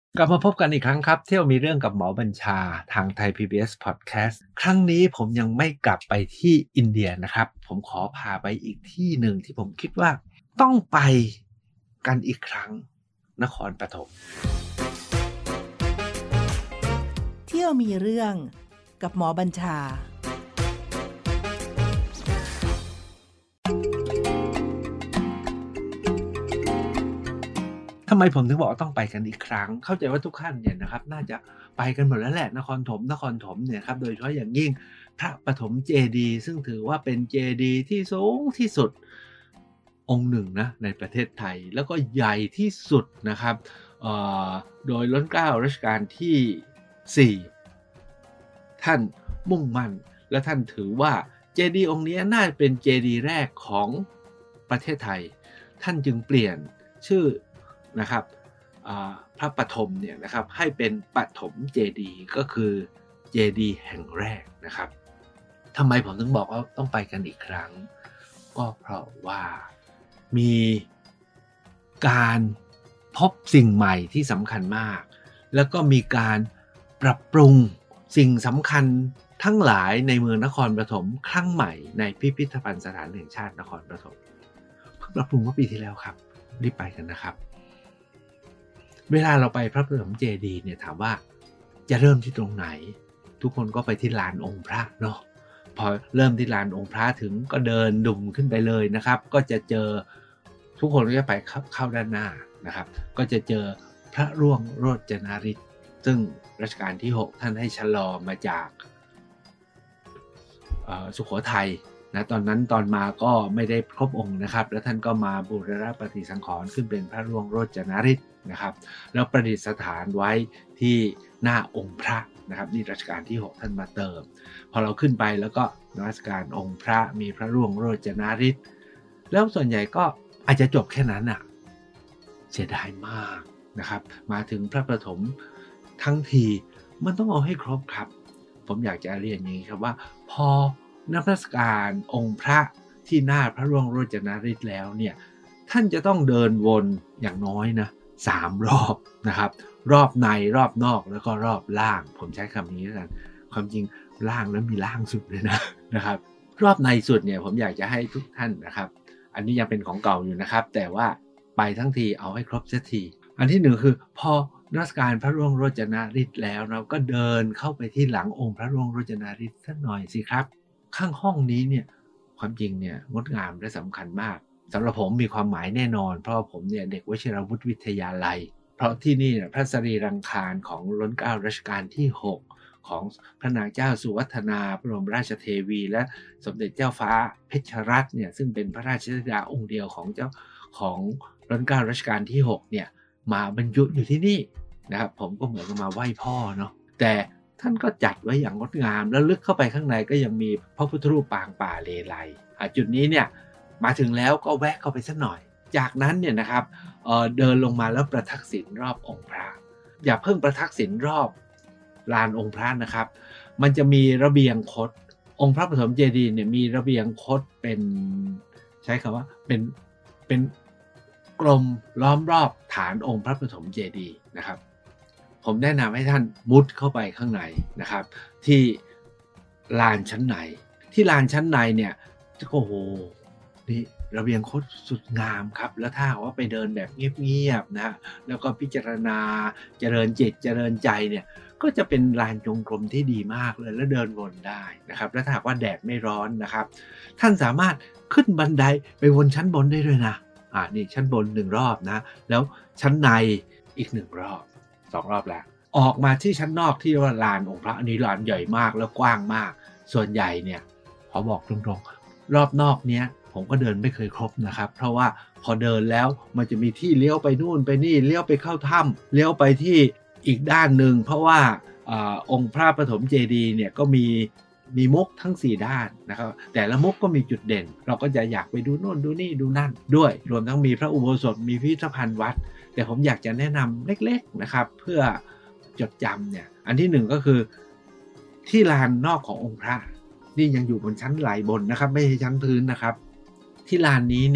กลับมาพบกันอีกครั้งครับเที่ยวมีเรื่องกับหมอบัญชาทางไทย PBS Podcast ครั้งนี้ผมยังไม่กลับไปที่อินเดียนะครับผมขอพาไปอีกที่หนึ่งที่ผมคิดว่าต้องไปกันอีกครั้งนครปฐมเที่ยวมีเรื่องกับหมอบัญชาทำไมผมถึงบอกว่าต้องไปกันอีกครั้งเข้าใจว่าทุกท่านเนี่ยนะครับน่าจะไปกันหมดแล้วแหละนครถมเนี่ยครับโดยเฉพาะอย่างยิ่งพระปฐมเจดีย์ซึ่งถือว่าเป็นเจดีย์ที่สูงที่สุดองค์หนึ่งนะในประเทศไทยแล้วก็ใหญ่ที่สุดนะครับโดยรัชกาลรัชกาลที่4ท่านมุ่งมั่นและท่านถือว่าเจดีย์องค์นี้น่าจะเป็นเจดีย์แรกของประเทศไทยท่านจึงเปลี่ยนชื่อนะครับพระปฐมเนี่ยนะครับให้เป็นปฐมเจดีย์ก็คือเจดีย์แห่งแรกนะครับทำไมผมถึงบอกว่าต้องไปกันอีกครั้งก็เพราะว่ามีการพบสิ่งใหม่ที่สำคัญมากแล้วก็มีการปรับปรุงสิ่งสำคัญทั้งหลายในเมืองนครปฐมครั้งใหม่ในพิพิธภัณฑ์สถานแห่งชาตินครปฐมเพิ่งปรับปรุงเมื่อปีที่แล้วครับรีบไปกันนะครับเวลาเราไปพระปฐมเจดีย์เนี่ยถามว่าจะเริ่มที่ตรงไหนทุกคนก็ไปที่ลานองค์พระเนาะพอเริ่มที่ลานองค์พระถึงก็เดินดุ่มขึ้นไปเลยนะครับก็จะเจอทุกคนก็จะไปเข้าด้านหน้านะครับก็จะเจอพระร่วงโรจนฤทธิ์ซึ่งรัชกาลที่6ท่านให้ชะลอมาจากสุโขทัยนะตอนนั้นตอนมาก็ไม่ได้ครบองค์นะครับแล้วท่านก็มาบูรณะปฏิสังขรณ์ขึ้นเป็นพระร่วงโรจนฤทธิ์นะครับแล้วประดิษฐานไว้ที่หน้าองค์พระนะครับนี่รัชกาลที่6ท่านมาเติมพอเราขึ้นไปแล้วก็นมัสการองค์พระมีพระร่วงโรจนฤทธิ์แล้วส่วนใหญ่ก็อาจจะจบแค่นั้นอ่ะเสียดายมากนะครับมาถึงพระปฐมทั้งทีมันต้องเอาให้ครบครับผมอยากจะเรียนอย่างนี้ครับว่าพอนมัสการองค์พระที่หน้าพระร่วงโรจนฤทธิ์แล้วเนี่ยท่านจะต้องเดินวนอย่างน้อยนะ3รอบนะครับรอบในรอบนอกแล้วก็รอบล่างผมใช้คำนี้กันความจริงล่างแล้วมีล่างสุดเลยนะครับรอบในสุดเนี่ยผมอยากจะให้ทุกท่านนะครับอันนี้ยังเป็นของเก่าอยู่นะครับแต่ว่าไปทั้งทีเอาให้ครบสักทีอันที่หนึ่งคือพอนมัสการพระร่วงโรจนฤทธิ์แล้วเราก็เดินเข้าไปที่หลังองค์พระร่วงโรจนฤทธิ์สักหน่อยสิครับข้างห้องนี้เนี่ยความจริงเนี่ยงดงามและสำคัญมากสำหรับผมมีความหมายแน่นอนเพราะผมเนี่ยเด็กวชิรวุฒิวิทยาลัยเพราะที่นี่พระสรีรังคารของรัชกาลรัชกาลที่6ของพระนางเจ้าสุวัฒนาบรมราชเทวีและสมเด็จเจ้าฟ้าเพชรรัตน์เนี่ยซึ่งเป็นพระราชธิดาองค์เดียวของรัชกาลรัชกาลที่6เนี่ยมาบรรจุอยู่ที่นี่นะครับผมก็เหมือนกับมาไหว้พ่อเนาะแต่ท่านก็จัดไว้อย่างงดงามแล้วลึกเข้าไปข้างในก็ยังมีพระพุทธรูปปางป่าเลไลจุดนี้เนี่ยมาถึงแล้วก็แวะเข้าไปสักหน่อยจากนั้นเนี่ยนะครับเดินลงมาแล้วประทักษิณรอบองค์พระอย่าเพิ่งประทักษิณรอบลานองค์พระนะครับมันจะมีระเบียงคดองค์พระปฐมเจดีย์เนี่ยมีระเบียงคดเป็นใช้คำว่าเป็นกลมล้อมรอบฐานองค์พระปฐมเจดีย์นะครับผมแนะนำให้ท่านมุดเข้าไปข้างในนะครับที่ลานชั้นในที่ลานชั้นในเนี่ยโอ้โหนี่ระเบียงคดสุดงามครับแล้วถ้าว่าไปเดินแบบเงียบๆนะแล้วก็พิจารณาเจริญจิตเจริญใจเนี่ยก็จะเป็นลานจงกรมที่ดีมากเลยแล้วเดินวนได้นะครับและถ้าหากว่าแดดไม่ร้อนนะครับท่านสามารถขึ้นบันไดไปวนชั้นบนได้ด้วยนะนี่ชั้นบน1รอบนะแล้วชั้นในอีก1รอบ2รอบแล้วออกมาที่ชั้นนอกที่ว่าลานองค์พระอันนี้ลานใหญ่มากแล้วกว้างมากส่วนใหญ่เนี่ยขอบอกตรงๆรอบนอกเนี้ยผมก็เดินไม่เคยครบนะครับเพราะว่าพอเดินแล้วมันจะมีที่เลี้ยวไปนู่นไปนี่เลี้ยวไปเข้าถ้ำเลี้ยวไปที่อีกด้านหนึ่งเพราะว่าองค์พระปฐมเจดีย์เนี่ยก็มีมุกทั้ง4ด้านนะครับแต่ละมุกก็มีจุดเด่นเราก็จะอยากไปดูโน่นดูนี่ดูนั่นด้วยรวมทั้งมีพระอุโบสถมีพิพิธภัณฑ์วัดแต่ผมอยากจะแนะนำเล็กๆนะครับเพื่อจดจำเนี่ยอันที่1ก็คือที่ลานนอกขององค์พระนี่ยังอยู่บนชั้นไหลบนนะครับไม่ใช่ชั้นพื้นนะครับที่ลานนี้เนี่ย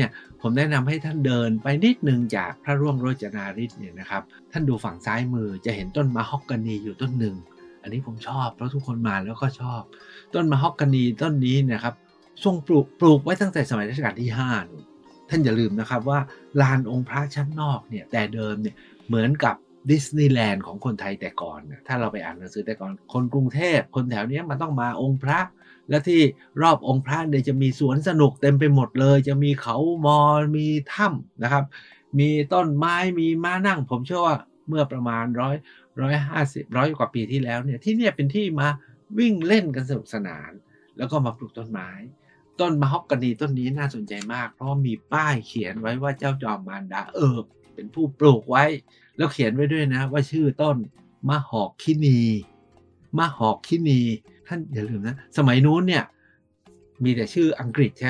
ผมแนะนำให้ท่านเดินไปนิดนึงจากพระร่วงโรจนาริศเนี่ยนะครับท่านดูฝั่งซ้ายมือจะเห็นต้นมะฮอกกานีอยู่ต้นหนึ่งอันนี้ผมชอบเพราะทุกคนมาแล้วก็ชอบต้นมะฮอกกานีต้นนี้นะครับทรงปลูกไว้ตั้งแต่สมัยรัชกาลที่5นู่นท่านอย่าลืมนะครับว่าลานองค์พระชั้นนอกเนี่ยแต่เดิมเนี่ยเหมือนกับดิสนีย์แลนด์ของคนไทยแต่ก่อนถ้าเราไปอ่านหนังสือแต่ก่อนคนกรุงเทพคนแถวนี้มันต้องมาองค์พระและที่รอบองค์พระเนี่ยจะมีสวนสนุกเต็มไปหมดเลยจะมีเขามอมีถ้ำนะครับมีต้นไม้มีม้านั่งผมเชื่อว่าเมื่อประมาณ100 กว่าปีที่แล้วเนี่ยที่เนี่ยเป็นที่มาวิ่งเล่นกันสนุกสนานแล้วก็มาปลูกต้นไม้ต้นมะฮอกกานีต้นนี้น่าสนใจมากเพราะมีป้ายเขียนไว้ว่าเจ้าจอมมารดาเป็นผู้ปลูกไว้แล้วเขียนไว้ด้วยนะว่าชื่อต้นมะหอกคินีท่านอย่าลืมนะสมัยนู้นเนี่ยมีแต่ชื่ออังกฤษใช่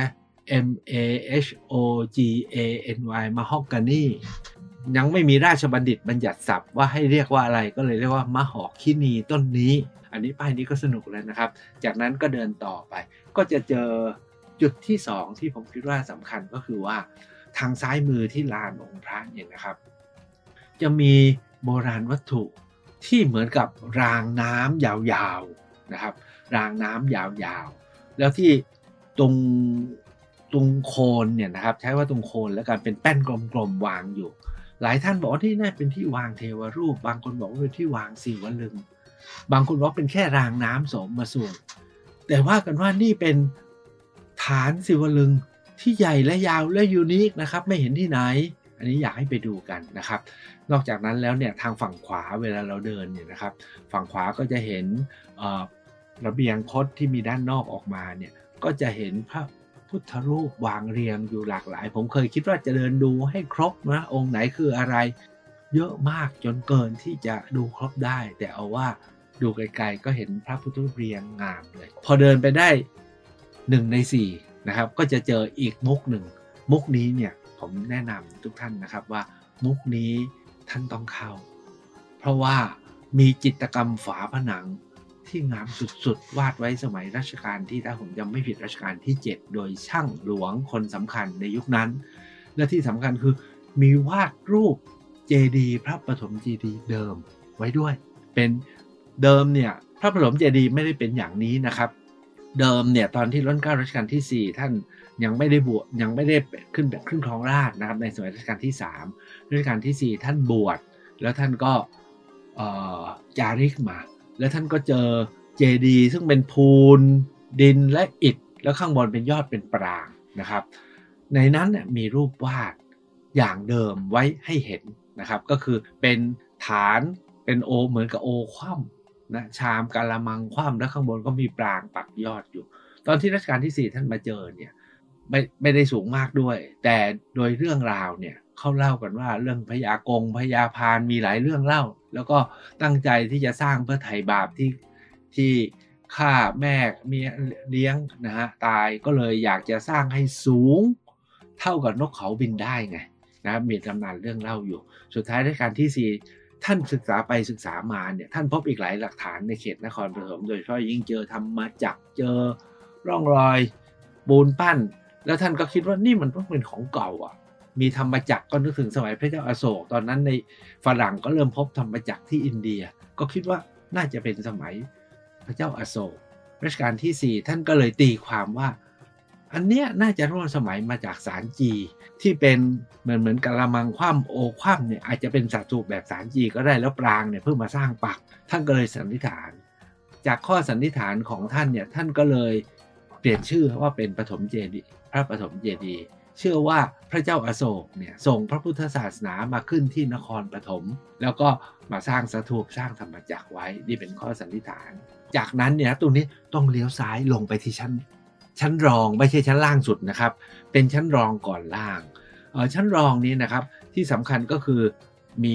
MAHOGANY มะฮอกกานียังไม่มีราชบัณฑิตบัญญัติศัพท์ว่าให้เรียกว่าอะไรก็เลยเรียกว่ามะหอกคินีต้นนี้อันนี้ป้ายนี้ก็สนุกเลยนะครับจากนั้นก็เดินต่อไปก็จะเจอจุดที่2ที่ผมคิดว่าสำคัญก็คือว่าทางซ้ายมือที่ลานองค์พระเนี่ยนะครับจะมีโบราณวัตถุที่เหมือนกับรางน้ำยาวๆนะครับรางน้ำยาวๆแล้วที่ตรงโคนเนี่ยนะครับใช้ว่าตรงโคนแล้วกันเป็นแป้นกลมๆวางอยู่หลายท่านบอกว่าที่นั่นเป็นที่วางเทวรูปบางคนบอกว่าเป็นที่วางศิวลึงบางคนบอกเป็นแค่รางน้ำโสมมาส่วนแต่ว่ากันว่านี่เป็นฐานศิวลึงที่ใหญ่และยาวและยูนิคนะครับไม่เห็นที่ไหนอันนี้อยากให้ไปดูกันนะครับนอกจากนั้นแล้วเนี่ยทางฝั่งขวาเวลาเราเดินเนี่ยนะครับฝั่งขวาก็จะเห็นระเบียงคดที่มีด้านนอกออกมาเนี่ยก็จะเห็นพระพุทธรูปวางเรียงอยู่หลากหลายผมเคยคิดว่าจะเดินดูให้ครบนะองค์ไหนคืออะไรเยอะมากจนเกินที่จะดูครบได้แต่เอาว่าดูไกลๆก็เห็นพระพุทธรูปเรียงงามเลยพอเดินไปได้1 ใน 4นะครับก็จะเจออีกมุกหนึ่งมุกนี้เนี่ยผมแนะนำทุกท่านนะครับว่ามุกนี้ท่านต้องเข้าเพราะว่ามีจิตรกรรมฝาผนังที่งามสุดๆวาดไว้สมัยรัชกาลที่ถ้าผมจำไม่ผิดรัชกาลที่7โดยช่างหลวงคนสำคัญในยุคนั้นและที่สำคัญคือมีวาดรูปเจดีย์พระปฐมเจดีย์เดิมไว้ด้วยเป็นเดิมเนี่ยพระปฐมเจดีย์ไม่ได้เป็นอย่างนี้นะครับเดิมเนี่ยตอนที่รัชกาลที่4ท่านยังไม่ได้บวชยังไม่ได้ขึ้นครองราชย์นะครับในสมัยรัชกาลที่3รัชกาลที่4ท่านบวชแล้วท่านก็จาริกมาแล้วท่านก็เจอเจดีย์ซึ่งเป็นพูนดินและอิฐแล้วข้างบนเป็นยอดเป็นปรางนะครับในนั้นเนี่ยมีรูปวาดอย่างเดิมไว้ให้เห็นนะครับก็คือเป็นฐานเป็นโอเหมือนกับโอคว่ำนะชามกะละมังคว่ำแล้วข้างบนก็มีปรางปักยอดอยู่ตอนที่รัชกาลที่4ท่านมาเจอเนี่ยไม่ได้สูงมากด้วยแต่โดยเรื่องราวเนี่ยเขาเล่ากันว่าเรื่องพญาพานมีหลายเรื่องเล่าแล้วก็ตั้งใจที่จะสร้างเพื่อไถ่บาปที่ฆ่าแม่เมียเลี้ยงนะฮะตายก็เลยอยากจะสร้างให้สูงเท่ากับนกเขาบินได้ไงนะครับมีตำนานเรื่องเล่าอยู่สุดท้ายรัชกาลที่4ท่านศึกษาไปศึกษามาเนี่ยท่านพบอีกหลายหลักฐานในเขตนครปฐมโดยเฉพาะยิ่งเจอธรรมจักรเจอร่องรอยปูนปั้นแล้วท่านก็คิดว่านี่มันต้องเป็นของเก่าอ่ะมีธรรมจักรก็นึกถึงสมัยพระเจ้าอโศกตอนนั้นในฝรั่งก็เริ่มพบธรรมจักรที่อินเดียก็คิดว่าน่าจะเป็นสมัยพระเจ้าอโศกรัชกาลที่4ท่านก็เลยตีความว่าอันเนี้ยน่าจะร่วมสมัยมาจากสารจีที่เป็นเหมือนกะละมังคว่ำโอคว่ำเนี่ยอาจจะเป็นสัตว์ถูกแบบสารจีก็ได้แล้วปรางเนี่ยเพิ่งมาสร้างปักท่านก็เลยสันนิษฐานจากข้อสันนิษฐานของท่านเนี่ยท่านก็เลยเปลี่ยนชื่อว่าเป็นปฐมเจดีย์พระปฐมเจดีย์เชื่อว่าพระเจ้าอโศกเนี่ยส่งพระพุทธศาสนามาขึ้นที่นครปฐมแล้วก็มาสร้างสถูปสร้างธรรมจักรไว้นี่เป็นข้อสันนิษฐานจากนั้นเนี่ยตรงนี้ต้องเลี้ยวซ้ายลงไปที่ชั้นรองไม่ใช่ชั้นล่างสุดนะครับเป็นชั้นรองก่อนล่างชั้นรองนี้นะครับที่สำคัญก็คือมี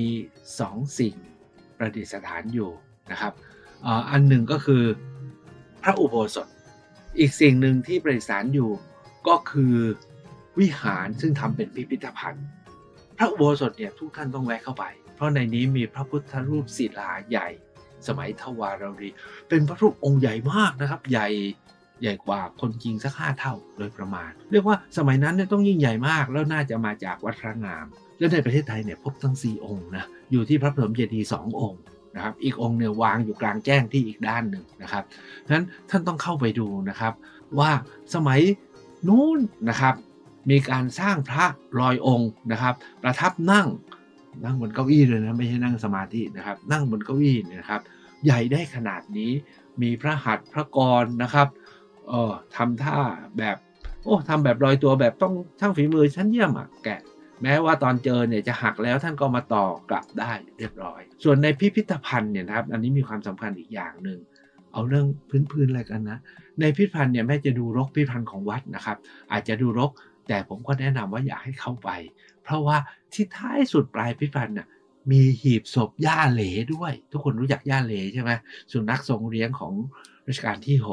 2สิ่งประดิษฐานอยู่นะครับอันหนึ่งก็คือพระอุโบสถอีกสิ่งหนึ่งที่ประดิษฐานอยู่ก็คือวิหารซึ่งทำเป็นพิพิธภัณฑ์พระอุโบสถเนี่ยทุกท่านต้องแวะเข้าไปเพราะในนี้มีพระพุทธรูปศิลาใหญ่สมัยทวารวดีเป็นพระรูปองค์ใหญ่มากนะครับใหญ่ใหญ่กว่าคนจริงสัก5 เท่าโดยประมาณเรียกว่าสมัยนั้นเนี่ยต้องยิ่งใหญ่มากแล้วน่าจะมาจากวัดพระงามและในประเทศไทยเนี่ยพบทั้ง4 องค์นะอยู่ที่พระปฐมเจดีย์2 องค์นะครับอีกองค์เนี่ยวางอยู่กลางแจ้งที่อีกด้านหนึ่งนะครับฉะนั้นท่านต้องเข้าไปดูนะครับว่าสมัยนู้นนะครับมีการสร้างพระลอยองค์นะครับประทับนั่งบนเก้าอี้เลยนะไม่ใช่นั่งสมาธินะครับนั่งบนเก้าอี้นะครับใหญ่ได้ขนาดนี้มีพระหัตถ์พระกรนะครับทำท่าแบบทำแบบลอยตัวแบบต้องช่างฝีมือชั้นเยี่ยมแกะแม้ว่าตอนเจอเนี่ยจะหักแล้วท่านก็มาต่อกลับได้เรียบร้อยส่วนในพิพิธภัณฑ์เนี่ยนะครับอันนี้มีความสำคัญอีกอย่างหนึ่งเอาเรื่องพื้นๆอะไรกันนะในพิพิธภัณฑ์เนี่ยแม้จะดูรกพิพิธภัณฑ์ของวัดนะครับอาจจะดูรกแต่ผมก็แนะนำว่าอยากให้เข้าไปเพราะว่าที่ท้ายสุดปลายพิพิธภัณฑ์น่ะมีหีบศพย่าเหลด้วยทุกคนรู้จักย่าเหลใช่ไหมสุนัขทรงเลี้ยงของรัชกาลที่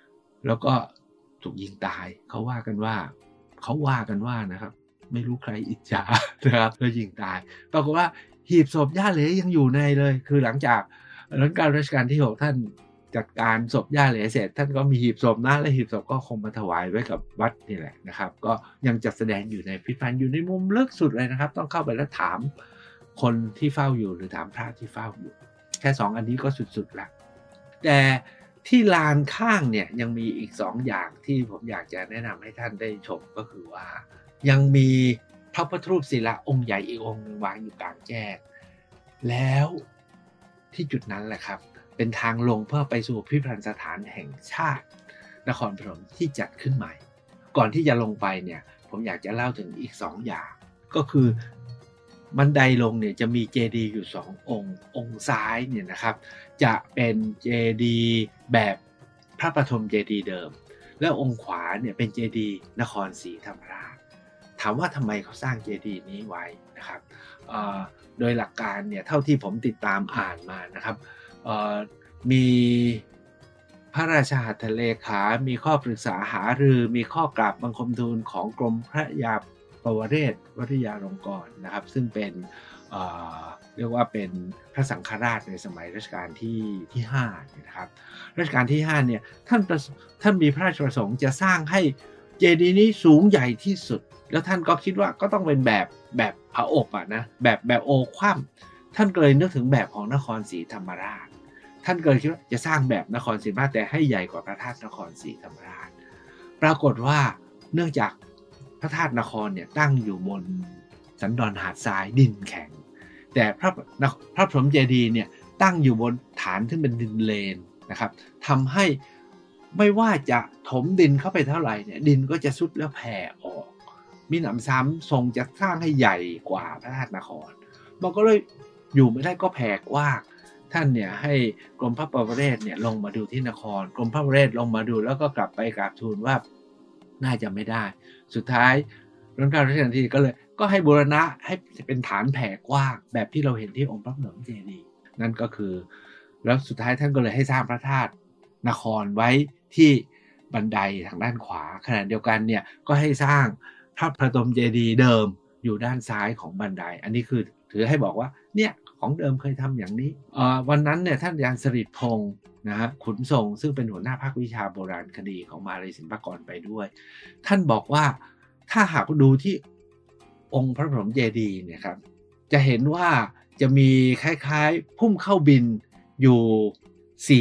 6แล้วก็ถูกยิงตายเขาว่ากันว่านะครับไม่รู้ใครอิจฉานะครับแล้วยิงตายปรากฏว่าหีบศพย่าเหลยังอยู่ในเลยคือหลังจากรัชกาลที่6ท่านจัดการศพย่าเหลเสร็จท่านก็มีหีบศพนะและหีบศพก็คงมาถวายไว้กับวัดนี่แหละนะครับก็ยังจัดแสดงอยู่ในพิพิธภัณฑ์อยู่ในมุมลึกสุดเลยนะครับต้องเข้าไปแล้วถามคนที่เฝ้าอยู่หรือถามพระที่เฝ้าอยู่แค่2 อันนี้ก็สุดๆแล้วแต่ที่ลานข้างเนี่ยยังมีอีก2 อย่างที่ผมอยากจะแนะนำให้ท่านได้ชมก็คือว่ายังมีพระพุทธรูปศิลาองค์ใหญ่อีกองค์นึงวางอยู่กลางแจ้งแล้วที่จุดนั้นแหละครับเป็นทางลงเพื่อไปสู่พิพิธภัณฑ์สถานแห่งชาตินครปฐมที่จัดขึ้นใหม่ก่อนที่จะลงไปเนี่ยผมอยากจะเล่าถึงอีก2 อย่างก็คือบันไดลงเนี่ยจะมีเจดีย์อยู่2 องค์ซ้ายเนี่ยนะครับจะเป็นเจดีย์แบบพระปฐมเจดีย์เดิมและองค์ขวาเนี่ยเป็นเจดีย์นครศรีธรรมราชถามว่าทำไมเขาสร้างเจดีย์นี้ไว้นะครับโดยหลักการเนี่ยเท่าที่ผมติดตามอ่านมานะครับมีพระราชหัตถเลขามีข้อปรึกษาหารือมีข้อกราบบังคมทูลของกรมพระยาปวเรศวริยาลงกรณ์นะครับซึ่งเป็นเรียกว่าเป็นพระสังฆราชในสมัยรัชกาลที่5นะครับรัชกาลที่5เนี่ยท่านมีพระราชประสงค์จะสร้างให้เจดีย์นี้สูงใหญ่ที่สุดแล้วท่านก็คิดว่าก็ต้องเป็นแบบผาอกนะแบบโอคว่ำท่านก็เลยนึกถึงแบบของนครศรีธรรมราชท่านก็เลยคิดว่าจะสร้างแบบนครศรีธรรมราชแต่ให้ใหญ่กว่าพระธาตุนครศรีธรรมราชปรากฏว่าเนื่องจากพระธาตุนครเนี่ยตั้งอยู่บนสันดอนหาดทรายดินแข็งแต่พระปฐมเจดีย์เนี่ยตั้งอยู่บนฐานที่เป็นดินเลนนะครับทำให้ไม่ว่าจะถมดินเข้าไปเท่าไหร่เนี่ยดินก็จะซุดแล้วแผ่ออกมีหนำซ้ำทรงจะสร้างให้ใหญ่กว่าพระธาตุนครมันก็เลยอยู่ไม่ได้ก็แผ่กว้างท่านเนี่ยให้กรมพระปวเรศเนี่ยลงมาดูที่นครกรมพระปวเรศลงมาดูแล้วก็กลับไปกราบทูลว่าน่าจะไม่ได้สุดท้ายรัชกาลที่ก็เลยก็ให้บูรณะให้เป็นฐานแผ่กว้างแบบที่เราเห็นที่องค์พระปฐมเจดีย์นั่นก็คือแล้วสุดท้ายท่านก็เลยให้สร้างพระธาตุนครไว้ที่บันไดทางด้านขวาขณะเดียวกันเนี่ยก็ให้สร้างพระปฐมเจดีย์เดิมอยู่ด้านซ้ายของบันไดอันนี้คือถือให้บอกว่าเนี่ยของเดิมเคยทำอย่างนี้วันนั้นเนี่ยท่านอาจารย์สฤษดิ์พงศ์นะฮะขุนทรงซึ่งเป็นหัวหน้าภาควิชาโบราณคดีของมหาวิทยาลัยศิลปากรไปด้วยท่านบอกว่าถ้าหากดูที่องค์พระปฐมเจดีย์เนี่ยครับจะเห็นว่าจะมีคล้ายๆพุ่มเข้าบินอยู่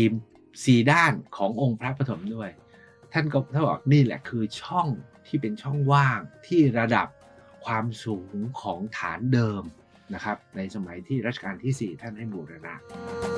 4ด้านขององค์พระปฐมด้วยท่านบอกนี่แหละคือช่องที่เป็นช่องว่างที่ระดับความสูงของฐานเดิมนะครับในสมัยที่รัชกาลที่4ท่านให้บูรณะ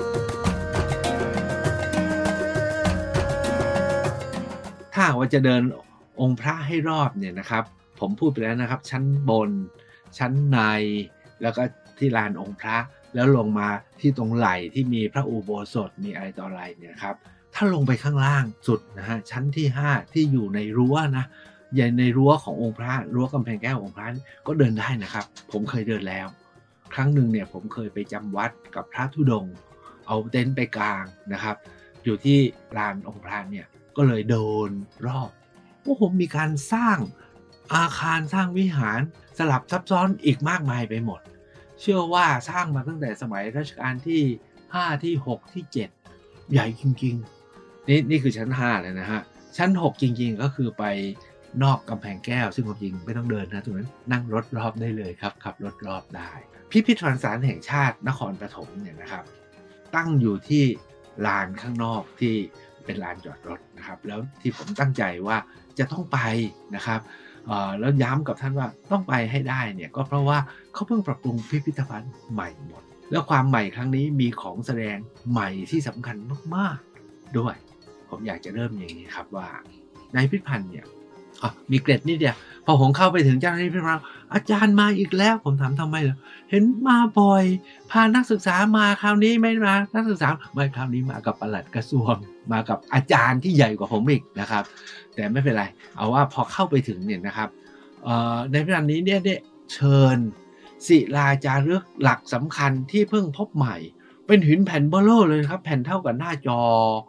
ถ้าว่าจะเดินองค์พระให้รอบเนี่ยนะครับผมพูดไปแล้วนะครับชั้นบนชั้นในแล้วก็ที่ลานองค์พระแล้วลงมาที่ตรงไหล่ที่มีพระอุโบสถมีอะไรต่ออะไรเนี่ยครับถ้าลงไปข้างล่างสุดนะฮะชั้นที่5ที่อยู่ในรั้วนะใหญ่ในรั้วขององค์พระรั้วกำแพงแก้วองค์พระก็เดินได้นะครับผมเคยเดินแล้วครั้งหนึ่งเนี่ยผมเคยไปจำวัดกับพระธุดงค์เอาเต็นท์ไปกลางนะครับอยู่ที่ลานองค์พระเนี่ยก็เลยเดินรอบโอ้โหมีการสร้างอาคารสร้างวิหารสลับซับซ้อนอีกมากมายไปหมดเชื่อว่าสร้างมาตั้งแต่สมัยรัชกาลที่5ที่6ที่7ใหญ่จริงๆนี่คือชั้น5เลยนะฮะชั้น6จริงๆก็คือไปนอกกำแพงแก้วซึ่งความจริงไม่ต้องเดินนะตรงนั้นนั่งรถรอบได้เลยครับขับรถรอบได้พิพิธภัณฑ์สถานแห่งชาตินครปฐมเนี่ยนะครับตั้งอยู่ที่ลานข้างนอกที่เป็นลานจอดรถนะครับแล้วที่ผมตั้งใจว่าจะต้องไปนะครับแล้วย้ำกับท่านว่าต้องไปให้ได้เนี่ยก็เพราะว่าเขาเพิ่งปรับปรุงพิพิธภัณฑ์ใหม่หมดแล้วความใหม่ครั้งนี้มีของแสดงใหม่ที่สำคัญมากๆด้วยผมอยากจะเริ่มอย่างนี้ครับว่าในพิพิธภัณฑ์เนี่ยมีเกร็ดนิดเดียวพอผมเข้าไปถึงเจ้าหน้าที่พิพิธภัณฑ์อาจารย์มาอีกแล้วผมถามทำไมเหรอเห็นมาบ่อยพานักศึกษามาคราวนี้ไม่มานักศึกษาไม่คราวนี้มากับปลัดกระทรวงมากับอาจารย์ที่ใหญ่กว่าผมอีกนะครับแต่ไม่เป็นไรเอาว่าพอเข้าไปถึงเนี่ยนะครับในพิพิธภัณฑ์นี้เนี่ยเชิญศิลาจารึกหลักสำคัญที่เพิ่งพบใหม่เป็นหินแผ่นเบ้อเร่อเลยครับแผ่นเท่ากับหน้าจอ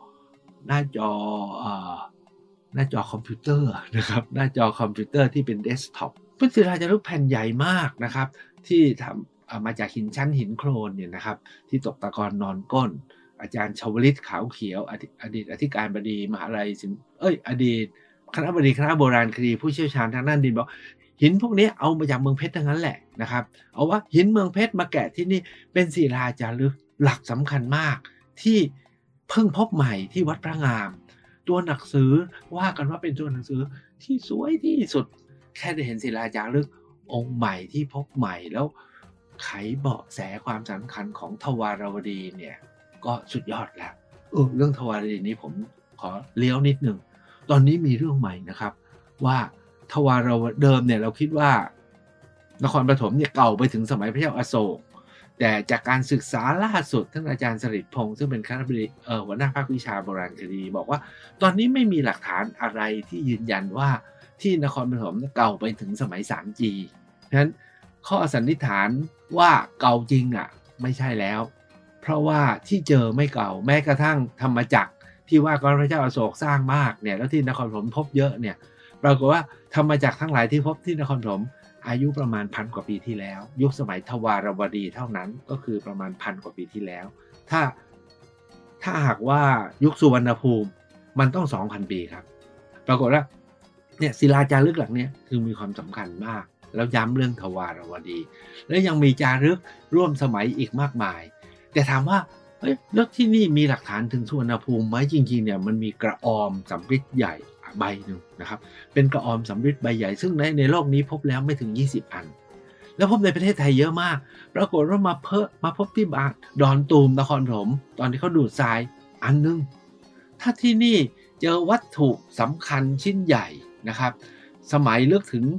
คอมพิวเตอร์นะครับหน้าจอคอมพิวเตอร์ที่เป็นเดสก์ท็อปเป็นศิลาจารึกแผ่นใหญ่มากนะครับที่ทำมาจากหินโคลนเนี่ยนะครับที่ตกตะกอนนอนก้นอาจารย์ชวลิตขาวเขียวอดีตอธิการบดีมหาลัยอดีตคณบดีคณะโบราณคดีผู้เชี่ยวชาญทางด้านดินบอกหินพวกนี้เอามาจากเมืองเพชรทั้งนั้นแหละนะครับเอาว่าหินเมืองเพชรมาแกะที่นี่เป็นศิลาจารึกหลักสำคัญมากที่เพิ่งพบใหม่ที่วัดพระงามตัวหนังสือว่ากันว่าเป็นตัวหนังสือที่สวยที่สุดแค่ได้เห็นศิลาจารึกองค์ใหม่ที่พบใหม่แล้วไขเบาะแสความสำคัญของทวารวดีเนี่ยก็สุดยอดแล้วเรื่องทวารวดีนี้ผมขอเลี้ยวนิดหนึ่งตอนนี้มีเรื่องใหม่นะครับว่าทวารวดีเดิมเนี่ยเราคิดว่านครปฐมเนี่ยเก่าไปถึงสมัยพระเจ้าอโศกแต่จากการศึกษาล่าสุดท่านอาจารย์สฤษดิ์พงษ์ซึ่งเป็นคณบดีหัวหน้าภาควิชาโบราณคดีบอกว่าตอนนี้ไม่มีหลักฐานอะไรที่ยืนยันว่าที่นครปฐมเก่าไปถึงสมัย 3G ฉะนั้นข้อสันนิษฐานว่าเก่าจริงไม่ใช่แล้วเพราะว่าที่เจอไม่เก่าแม้กระทั่งธรรมจักรที่ว่าพระเจ้าอโศกสร้างมากเนี่ยแล้วที่นครปฐมพบเยอะเนี่ยปรากฏว่าธรรมจักรทั้งหลายที่พบที่นครปฐมอายุประมาณ1,000 กว่าปีที่แล้วยุคสมัยทวารวดีเท่านั้นก็คือประมาณ1,000 กว่าปีที่แล้วถ้าหากว่ายุคสุวรรณภูมิมันต้อง 2,000 ปีครับปรากฏว่าเนี่ยศิลาจารึกหลักเนี่ยคือมีความสำคัญมากแล้วย้ำเรื่องทวารวดีแล้วยังมีจารึกร่วมสมัยอีกมากมายแต่ถามว่าแล้วที่นี่มีหลักฐานถึงสุวรรณภูมิไหมจริงๆเนี่ยมันมีกระออมสำริดใหญ่ใบหนึ่งนะครับเป็นกระออมสำริดใบใหญ่ซึ่งในโลกนี้พบแล้วไม่ถึง20 อันแล้วพบในประเทศไทยเยอะมากปรากฏว่ามาพบที่บ้านดอนตูมนครปฐมตอนที่เขาดูดทรายอันนึงถ้าที่นี่เจอวัตถุสำคัญชิ้นใหญ่นะครับสมัยลึกถึง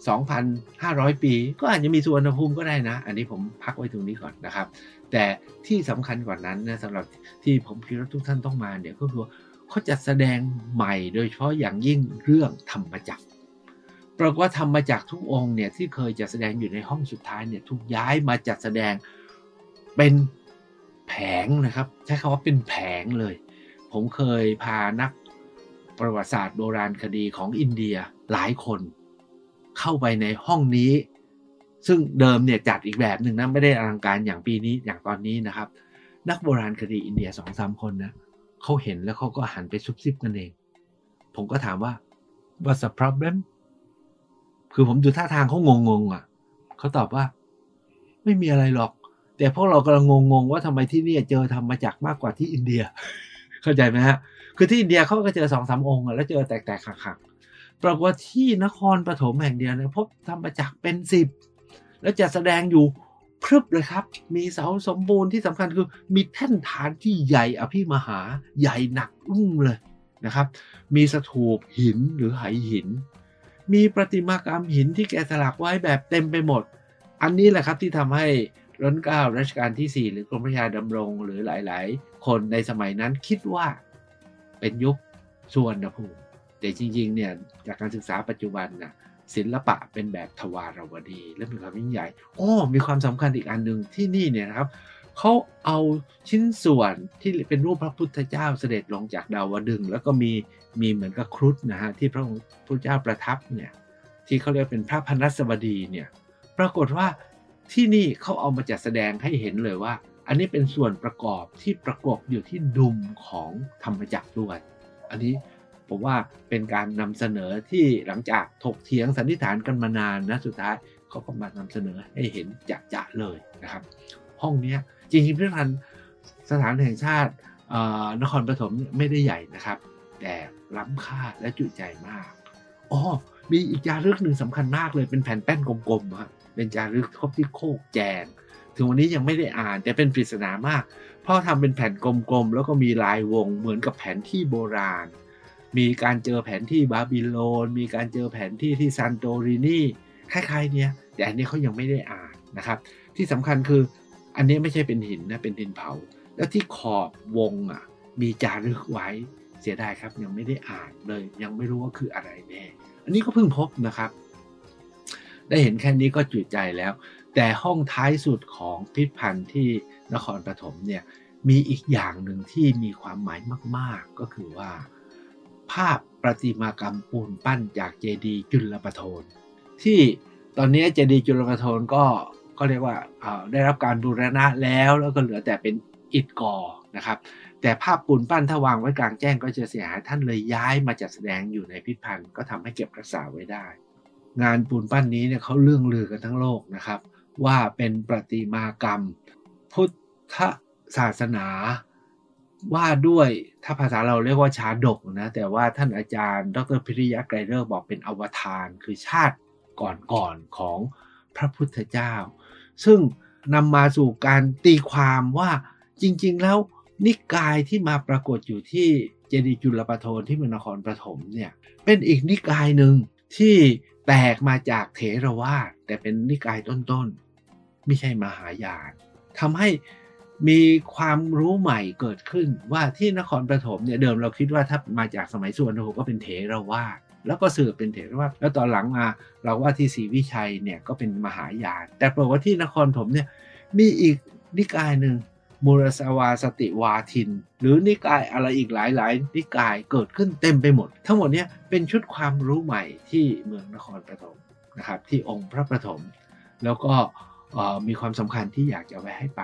2,500 ปีก็อาจจะมีสุวรรณภูมิก็ได้นะอันนี้ผมพักไว้ตรงนี้ก่อนนะครับแต่ที่สำคัญกว่านั้นนะสำหรับที่ผมคิดว่าทุกท่านต้องมาเนี่ยก็คือเขาจัดแสดงใหม่โดยเฉพาะอย่างยิ่งเรื่องธรรมจักรปรากฏว่าธรรมจักรทุกองค์เนี่ยที่เคยจัดแสดงอยู่ในห้องสุดท้ายเนี่ยถูกย้ายมาจัดแสดงเป็นแผงนะครับใช้คำว่าเป็นแผงเลยผมเคยพานักประวัติศาสตร์โบราณคดีของอินเดียหลายคนเข้าไปในห้องนี้ซึ่งเดิมเนี่ยจัดอีกแบบหนึ่งนะไม่ได้อลังการอย่างปีนี้อย่างตอนนี้นะครับนักโบราณคดีอินเดีย 2-3 คนนะเขาเห็นแล้วเขาก็หันไปซุบซิบกันเองผมก็ถามว่า what's the problem คือผมดูท่าทางเขางงเขาตอบว่าไม่มีอะไรหรอกแต่พวกเรากำลังงงว่าทำไมที่นี่เจอธรรมจักรมากกว่าที่อินเดีย เข้าใจไหมฮะคือที่อินเดียเขาก็เจอ 2-3 องค์แล้วเจอแตกๆหักๆปรากฏว่าที่นครปฐมแห่งเดียวเนี่ยพบธรรมจักรเป็น10แล้วจะแสดงอยู่พรึบเลยครับมีเสาสมบูรณ์ที่สำคัญคือมีแท่นฐานที่ใหญ่อภิมหาใหญ่หนักเลยนะครับมีสถูปหินหรือไหหินมีประติมากรรมหินที่แกะสลักไว้แบบเต็มไปหมดอันนี้แหละครับที่ทำให้รัชกาลรัชกาลที่4หรือกรมพระยาดำรงหรือหลายๆคนในสมัยนั้นคิดว่าเป็นยุคสุวรรณภูมิแต่จริงๆเนี่ยจากการศึกษาปัจจุบันนะศิลปะเป็นแบบทวารวดีและมีความยิ่งใหญ่มีความสำคัญอีกอันหนึ่งที่นี่เนี่ยนะครับเขาเอาชิ้นส่วนที่เป็นรูปพระพุทธเจ้าเสด็จลงจากดาวดึงส์แล้วก็มีเหมือนกับครุฑนะฮะที่พระพุทธเจ้าประทับเนี่ยที่เขาเรียกเป็นพระพนัสบดีเนี่ยปรากฏว่าที่นี่เขาเอามาจัดแสดงให้เห็นเลยว่าอันนี้เป็นส่วนประกอบที่ประกอบอยู่ที่ดุมของธรรมจักรด้วยอันนี้ผมว่าเป็นการนำเสนอที่หลังจากถกเถียงสันนิษฐานกันมานานนะสุดท้ายเขาก็มานำเสนอให้เห็นจะๆเลยนะครับห้องนี้จริงๆพิพิธภัณฑ์สถานแห่งชาตินครปฐมไม่ได้ใหญ่นะครับแต่ล้ำค่าและจุใจมากมีอีกจารึกหนึ่งสำคัญมากเลยเป็นแผ่นแป้นกลมๆครับเป็นจารึกทบที่โคกแจงถึงวันนี้ยังไม่ได้อ่านแต่เป็นปริศนามากเพราะทำเป็นแผ่นกลมๆแล้วก็มีลายวงเหมือนกับแผนที่โบราณมีการเจอแผนที่บาบิโลนมีการเจอแผนที่ที่ซันโตรินีคล้ายๆเนี้ยแต่อันนี้เขายังไม่ได้อ่านนะครับที่สำคัญคืออันนี้ไม่ใช่เป็นหินนะเป็นดินเผาแล้วที่ขอบวงมีจารึกไว้เสียดายครับยังไม่ได้อ่านเลยยังไม่รู้ว่าคืออะไรแน่อันนี้ก็เพิ่งพบนะครับได้เห็นแค่นี้ก็จุใจแล้วแต่ห้องท้ายสุดของพิพิธภัณฑ์ที่นครปฐมเนี่ยมีอีกอย่างหนึ่งที่มีความหมายมากๆก็คือว่าภาพประติมากรรมปูนปั้นจากเจดีย์จุลประโทนที่ตอนนี้เจดีย์จุลประโทนก็เรียกว่าได้รับการบูรณะแล้วก็เหลือแต่เป็นอิฐก่อนะครับแต่ภาพปูนปั้นถ้าวางไว้กลางแจ้งก็จะเสียหายท่านเลยย้ายมาจัดแสดงอยู่ในพิพิธภัณฑ์ก็ทำให้เก็บรักษาไว้ได้งานปูนปั้นนี้เนี่ยเขาเรื่องลือกันทั้งโลกนะครับว่าเป็นประติมากรรมพุทธศาสนาว่าด้วยถ้าภาษาเราเรียกว่าชาดกนะแต่ว่าท่านอาจารย์ดร.พิริยะไกรเลิกษ์บอกเป็นอวตารคือชาติก่อนของพระพุทธเจ้าซึ่งนำมาสู่การตีความว่าจริงๆแล้วนิกายที่มาปรากฏอยู่ที่เจดีย์จุลประโทนที่เมืองนครปฐมเนี่ยเป็นอีกนิกายหนึ่งที่แตกมาจากเถรวาทแต่เป็นนิกายต้นๆไม่ใช่มหายานทำให้มีความรู้ใหม่เกิดขึ้นว่าที่นครปฐมเนี่ยเดิมเราคิดว่าถ้ามาจากสมัยสุวรรณภูมิก็เป็นเถรวาทแล้วก็สืบเป็นเถรวาทแล้วตอนหลังมาเราว่าที่ศรีวิชัยเนี่ยก็เป็นมหายานแต่ปรากฏว่าที่นครปฐมเนี่ยมีอีกนิกายหนึ่งมูรสวาสติวาทินหรือนิกายอะไรอีกหลายนิกายเกิดขึ้นเต็มไปหมดทั้งหมดนี้เป็นชุดความรู้ใหม่ที่เมืองนครปฐมนะครับที่องค์พระปฐมแล้วก็มีความสำคัญที่อยากจะไว้ให้ไป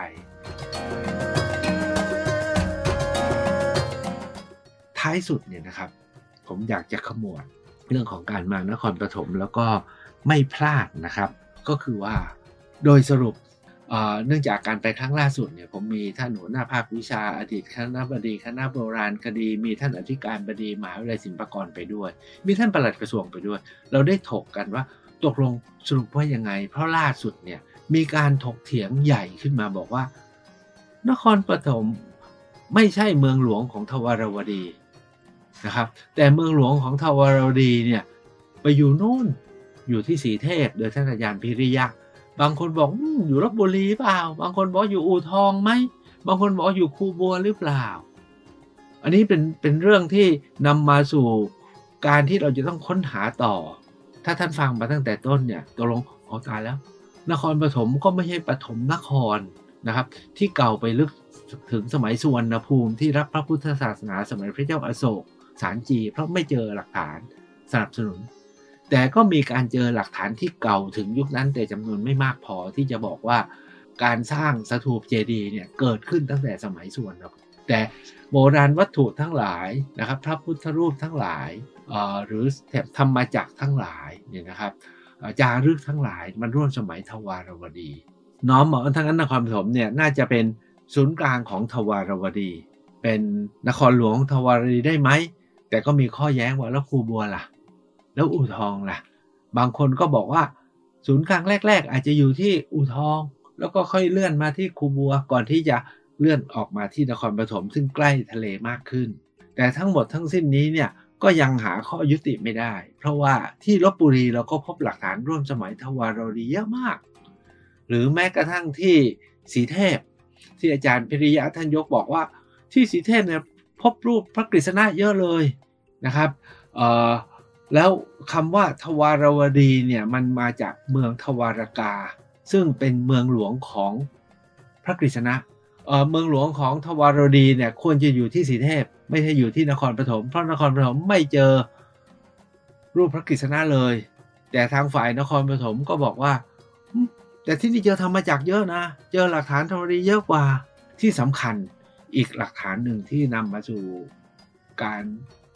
ท้ายสุดเนี่ยนะครับผมอยากจะขมวดเรื่องของการมานครปฐมแล้วก็ไม่พลาดนะครับก็คือว่าโดยสรุปเนื่องจากการไปครั้งล่าสุดเนี่ยผมมีท่านหัวหน้าภาควิชาอดีตคณบดีคณะโบราณคดีมีท่านอธิการบดีมหาวิทยาลัยศิลปากรไปด้วยมีท่านปลัดกระทรวงไปด้วยเราได้ถกกันว่าตกลงสรุปว่ายังไงเพราะล่าสุดเนี่ยมีการถกเถียงใหญ่ขึ้นมาบอกว่านครปฐมไม่ใช่เมืองหลวงของทวารวดีนะครับแต่เมืองหลวงของทวารวดีเนี่ยไปอยู่นู่นอยู่ที่ศรีเทพโดยท่านอาจารย์พิริยะบางคนบอกอยู่ลพบุรีเปล่าบางคนบอกอยู่อู่ทองไหมบางคนบอกอยู่คูบัวหรือเปล่าอันนี้เป็นเรื่องที่นำมาสู่การที่เราจะต้องค้นหาต่อถ้าท่านฟังมาตั้งแต่ต้นเนี่ยตกลงตายแล้วนครปฐมก็ไม่ใช่ปฐมนครนะครับที่เก่าไปลึกถึงสมัยสุวรรณภูมิที่รับพระพุทธศาสนาสมัยพระเจ้าอโศกสารจีเพราะไม่เจอหลักฐานสนับสนุนแต่ก็มีการเจอหลักฐานที่เก่าถึงยุคนั้นแต่จำนวนไม่มากพอที่จะบอกว่าการสร้างสถูปเจดีย์เนี่ยเกิดขึ้นตั้งแต่สมัยสุวรรณภูมิแต่โบราณวัตถุทั้งหลายนะครับพระพุทธรูปทั้งหลายหรือธรรมจักรทั้งหลายเนี่ยนะครับจารึกทั้งหลายมันร่วมสมัยทวารวดีน้อมบอกว่าทั้งนั้นนครปฐมเนี่ยน่าจะเป็นศูนย์กลางของทวารวดีเป็นนครหลวงทวารวดีได้ไหมแต่ก็มีข้อแย้งว่าแล้วคูบัวล่ะแล้วอู่ทองล่ะบางคนก็บอกว่าศูนย์กลางแรกๆอาจจะอยู่ที่อู่ทองแล้วก็ค่อยเลื่อนมาที่คูบัวก่อนที่จะเลื่อนออกมาที่นครปฐมซึ่งใกล้ทะเลมากขึ้นแต่ทั้งหมดทั้งสิ้นนี้เนี่ยก็ยังหาข้อยุติไม่ได้เพราะว่าที่ลพบุรีเราก็พบหลักฐานร่วมสมัยทวารวดีเยอะมากหรือแม้กระทั่งที่ศรีเทพที่อาจารย์พิริยะท่านยกบอกว่าที่ศรีเทพเนี่ยพบรูปพระกฤษณะเยอะเลยนะครับแล้วคำว่าทวารวดีเนี่ยมันมาจากเมืองทวารกาซึ่งเป็นเมืองหลวงของพระกฤษณะเมืองหลวงของทวารวดีเนี่ยควรจะอยู่ที่ศรีเทพไม่ใช่อยู่ที่นครปฐมเพราะนครปฐมไม่เจอรูปพระกฤษณะเลยแต่ทางฝ่ายนครปฐมก็บอกว่าแต่ที่นี่เจอธรรมจักรเยอะนะเจอหลักฐานทวารวดีเยอะกว่าที่สำคัญอีกหลักฐานหนึ่งที่นำมาสู่การ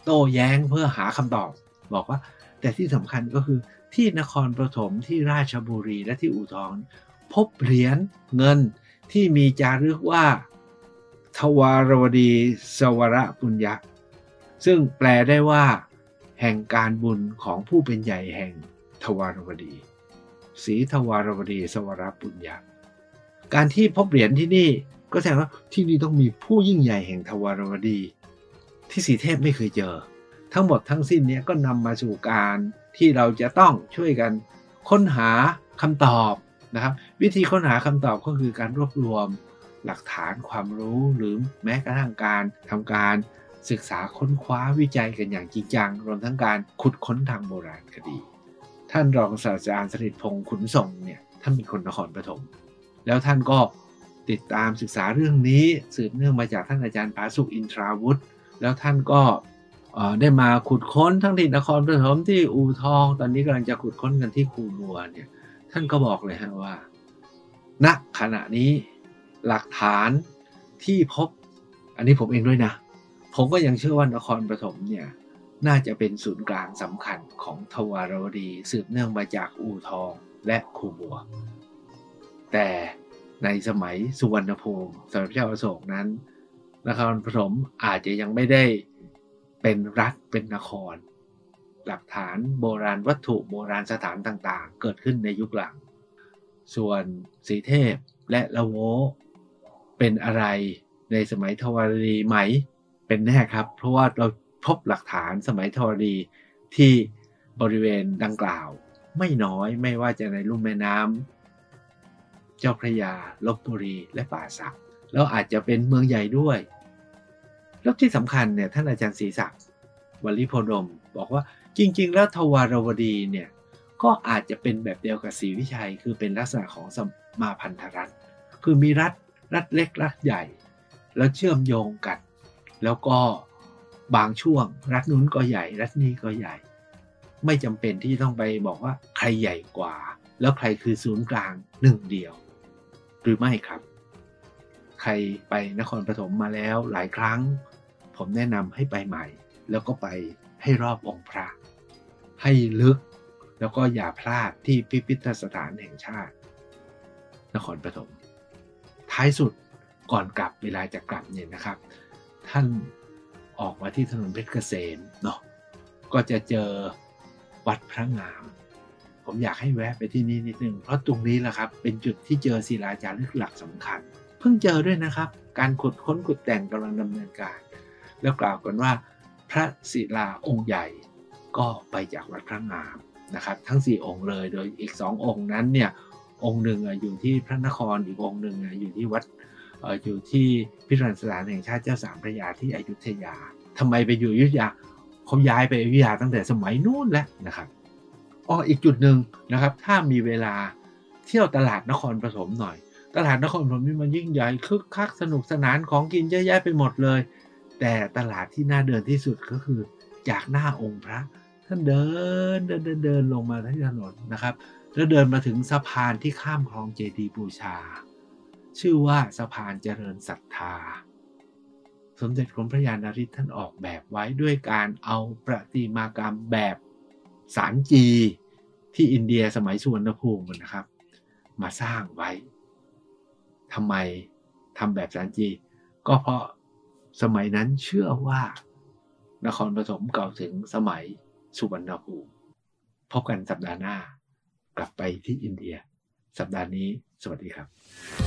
โต้แย้งเพื่อหาคำตอบบอกว่าแต่ที่สำคัญก็คือที่นครปฐมที่ราชบุรีและที่อู่ทองพบเหรียญเงินที่มีจารึกว่าทวารวดีสวรปุญญะซึ่งแปลได้ว่าแห่งการบุญของผู้เป็นใหญ่แห่งทวารวดีศรีทวารวดีสวรปุญญะการที่พบเหรียญที่นี่ก็แสดงว่าที่นี่ต้องมีผู้ยิ่งใหญ่แห่งทวารวดีที่สีเทพไม่เคยเจอทั้งหมดทั้งสิ้นนี้ก็นำมาสู่การที่เราจะต้องช่วยกันค้นหาคำตอบนะครับวิธีค้นหาคำตอบก็คือการรวบรวมหลักฐานความรู้หรือแม้กระทั่งการทำการศึกษาค้นคว้าวิจัยกันอย่างจริงจังรวมทั้งการขุดค้นทางโบราณคดีท่านรองศาสตราจารย์สฤษดิ์พงษ์ขุนทรงเนี่ยท่านเป็นคนนครปฐมแล้วท่านก็ติดตามศึกษาเรื่องนี้สืบเนื่องมาจากท่านอาจารย์ผาสุกอินทราวุฒิแล้วท่านก็ได้มาขุดค้นทั้งที่นครปฐมที่อู่ทองตอนนี้กำลังจะขุดค้นกันที่คูบัวเนี่ยท่านก็บอกเลยฮะว่าณขณะนี้หลักฐานที่พบอันนี้ผมเองด้วยนะผมก็ยังเชื่อว่านครปฐมเนี่ยน่าจะเป็นศูนย์กลางสำคัญของทวารวดีสืบเนื่องมาจากอู่ทองและคูบัวแต่ในสมัยสุวรรณภูมิสมเด็จพระเจ้าอโศกนั้นนครปฐมอาจจะยังไม่ได้เป็นรัฐเป็นนครหลักฐานโบราณวัตถุโบราณสถานต่างๆเกิดขึ้นในยุคหลังส่วนศรีเทพและละโวเป็นอะไรในสมัยทวารวดีไหมเป็นแน่ครับเพราะว่าเราพบหลักฐานสมัยทวารวดีที่บริเวณดังกล่าวไม่น้อยไม่ว่าจะในลุ่มแม่น้ำเจ้าพระยาลพบุรีและป่าสักแล้วอาจจะเป็นเมืองใหญ่ด้วยแล้วที่สำคัญเนี่ยท่านอาจารย์ศรีศักดิ์วลิโพดมบอกว่าจริงๆแล้วทวารวดีเนี่ยก็อาจจะเป็นแบบเดียวกับศรีวิชัยคือเป็นลักษณะของสมาพันธรัฐคือมีรัฐเล็กรัฐใหญ่แล้วเชื่อมโยงกันแล้วก็บางช่วงรัฐนู้นก็ใหญ่รัฐนี้ก็ใหญ่ไม่จำเป็นที่ต้องไปบอกว่าใครใหญ่กว่าแล้วใครคือศูนย์กลางหนึ่งเดียวหรือไม่ครับใครไปนครปฐมมาแล้วหลายครั้งผมแนะนำให้ไปใหม่แล้วก็ไปให้รอบองค์พระให้ลึกแล้วก็อย่าพลาดที่พิพิธสถานแห่งชาตินครปฐมท้ายสุดก่อนกลับเวลาจะกลับเนี่ยนะครับท่านออกมาที่ถนนเพชรเกษมเนาะก็จะเจอวัดพระงามผมอยากให้แวะไปที่นี่นิดนึงเพราะตรงนี้แหละครับเป็นจุดที่เจอศิลาจารึกหลักสำคัญเพิ่งเจอด้วยนะครับการขุดค้นขุดแต่งกำลังดำเนินการแล้วกล่าวกันว่าพระศิลาองค์ใหญ่ก็ไปจากวัดพระงามนะครับทั้ง4องค์เลยโดยอีก2องค์นั้นเนี่ยองค์หนึ่งอยู่ที่พระนครอีกองค์หนึ่งอยู่ที่วัดอยู่ที่พิพิธภัณฑ์สถานแห่งชาติเจ้าสามพระยาที่อยุธยาทำไมไปอยู่อยุธยาเขาย้ายไปอยุธยาตั้งแต่สมัยนู้นแล้วนะครับอีกจุดหนึ่งนะครับถ้ามีเวลาเที่ยวตลาดนครปฐมหน่อยตลาดนครปฐมนี่มันยิ่งใหญ่คึกคักสนุกสนานของกินเยอะแยะไปหมดเลยแต่ตลาดที่น่าเดินที่สุดก็คือจากหน้าองค์พระท่านเดินลงมาที่ถนนนะครับแล้วเดินมาถึงสะพานที่ข้ามคลองเจดีย์บูชาชื่อว่าสะพานเจริญศรัทธาสมเด็จกรมพระยาณริศท่านออกแบบไว้ด้วยการเอาประติมากรรมแบบสารจีที่อินเดียสมัยสุวรรณภูมินะครับมาสร้างไว้ทำไมทำแบบสารจีก็เพราะสมัยนั้นเชื่อว่านครปฐมเก่าถึงสมัยสุวรรณภูมิพบกันสัปดาห์หน้ากลับไปที่อินเดียสัปดาห์นี้สวัสดีครับ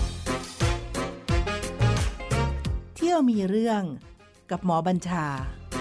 เที่ยวมีเรื่องกับหมอบัญชา